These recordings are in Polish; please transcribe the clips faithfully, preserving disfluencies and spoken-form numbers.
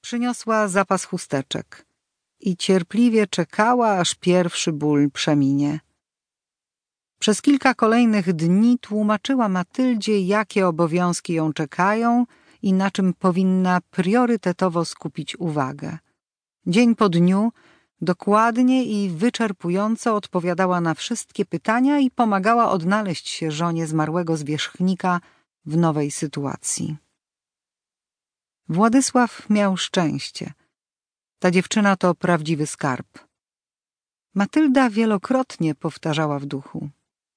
Przyniosła zapas chusteczek i cierpliwie czekała, aż pierwszy ból przeminie. Przez kilka kolejnych dni tłumaczyła Matyldzie, jakie obowiązki ją czekają i na czym powinna priorytetowo skupić uwagę. Dzień po dniu dokładnie i wyczerpująco odpowiadała na wszystkie pytania i pomagała odnaleźć się żonie zmarłego zwierzchnika w nowej sytuacji. Władysław miał szczęście. Ta dziewczyna to prawdziwy skarb. Matylda wielokrotnie powtarzała w duchu.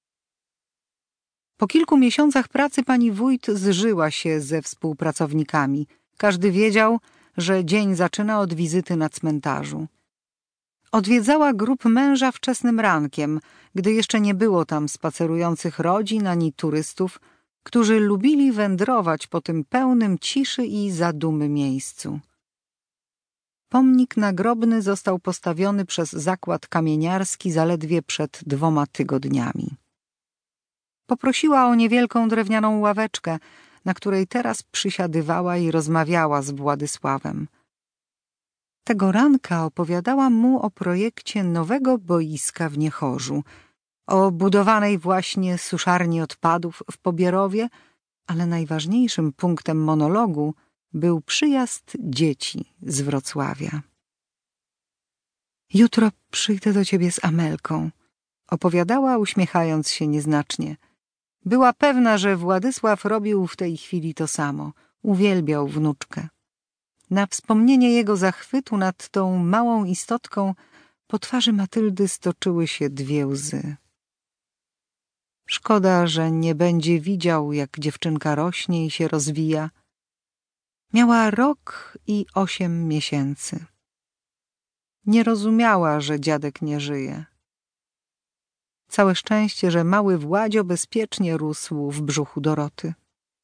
Po kilku miesiącach pracy pani wójt zżyła się ze współpracownikami. Każdy wiedział, że dzień zaczyna od wizyty na cmentarzu. Odwiedzała grup męża wczesnym rankiem, gdy jeszcze nie było tam spacerujących rodzin ani turystów, którzy lubili wędrować po tym pełnym ciszy i zadumy miejscu. Pomnik nagrobny został postawiony przez zakład kamieniarski zaledwie przed dwoma tygodniami. Poprosiła o niewielką drewnianą ławeczkę, na której teraz przysiadywała i rozmawiała z Władysławem. Tego ranka opowiadała mu o projekcie nowego boiska w Niechorzu, o budowanej właśnie suszarni odpadów w Pobierowie, ale najważniejszym punktem monologu był przyjazd dzieci z Wrocławia. Jutro przyjdę do ciebie z Amelką, opowiadała, uśmiechając się nieznacznie. Była pewna, że Władysław robił w tej chwili to samo. Uwielbiał wnuczkę. Na wspomnienie jego zachwytu nad tą małą istotką po twarzy Matyldy stoczyły się dwie łzy. Szkoda, że nie będzie widział, jak dziewczynka rośnie i się rozwija. Miała rok i osiem miesięcy. Nie rozumiała, że dziadek nie żyje. Całe szczęście, że mały Władzio bezpiecznie rósł w brzuchu Doroty.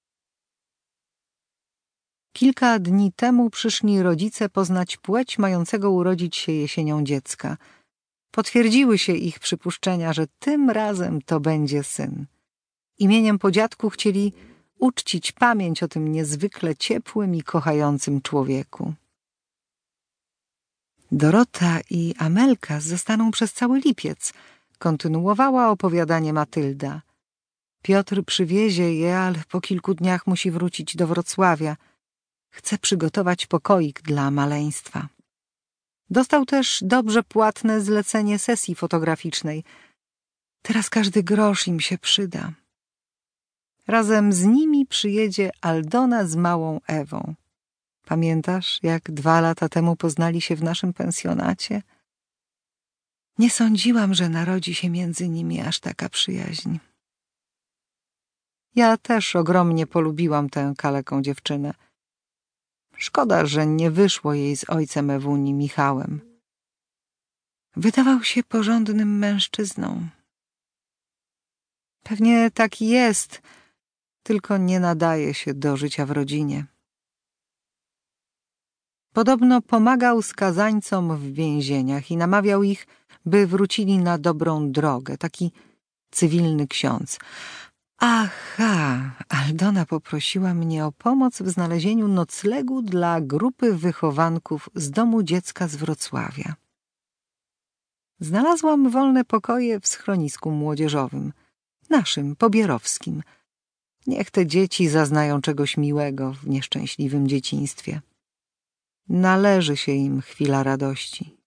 Kilka dni temu przyszli rodzice poznać płeć mającego urodzić się jesienią dziecka. Potwierdziły się ich przypuszczenia, że tym razem to będzie syn. Imieniem po dziadku chcieli uczcić pamięć o tym niezwykle ciepłym i kochającym człowieku. Dorota i Amelka zostaną przez cały lipiec, kontynuowała opowiadanie Matylda. Piotr przywiezie je, ale po kilku dniach musi wrócić do Wrocławia. Chce przygotować pokoik dla maleństwa. Dostał też dobrze płatne zlecenie sesji fotograficznej. Teraz każdy grosz im się przyda. Razem z nimi przyjedzie Aldona z małą Ewą. Pamiętasz, jak dwa lata temu poznali się w naszym pensjonacie? Nie sądziłam, że narodzi się między nimi aż taka przyjaźń. Ja też ogromnie polubiłam tę kaleką dziewczynę. Szkoda, że nie wyszło jej z ojcem Ewuni, Michałem. Wydawał się porządnym mężczyzną. Pewnie taki jest, tylko nie nadaje się do życia w rodzinie. Podobno pomagał skazańcom w więzieniach i namawiał ich, by wrócili na dobrą drogę. Taki cywilny ksiądz. Aha, Aldona poprosiła mnie o pomoc w znalezieniu noclegu dla grupy wychowanków z domu dziecka z Wrocławia. Znalazłam wolne pokoje w schronisku młodzieżowym, naszym, pobierowskim. Niech te dzieci zaznają czegoś miłego w nieszczęśliwym dzieciństwie. Należy się im chwila radości.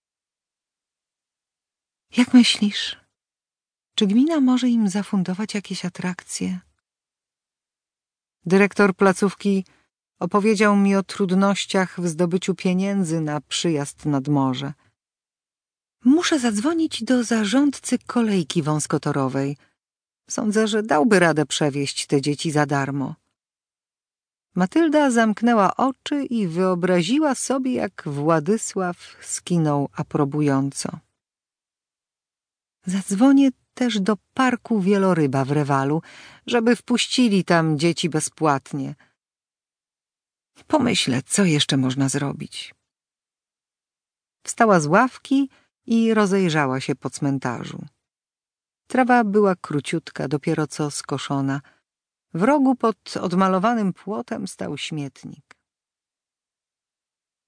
Jak myślisz? Czy gmina może im zafundować jakieś atrakcje? Dyrektor placówki opowiedział mi o trudnościach w zdobyciu pieniędzy na przyjazd nad morze. Muszę zadzwonić do zarządcy kolejki wąskotorowej. Sądzę, że dałby radę przewieźć te dzieci za darmo. Matylda zamknęła oczy i wyobraziła sobie, jak Władysław skinął aprobująco. Zadzwonię też do parku Wieloryba w Rewalu, żeby wpuścili tam dzieci bezpłatnie. Pomyślę, co jeszcze można zrobić. Wstała z ławki i rozejrzała się po cmentarzu. Trawa była króciutka, dopiero co skoszona. W rogu pod odmalowanym płotem stał śmietnik.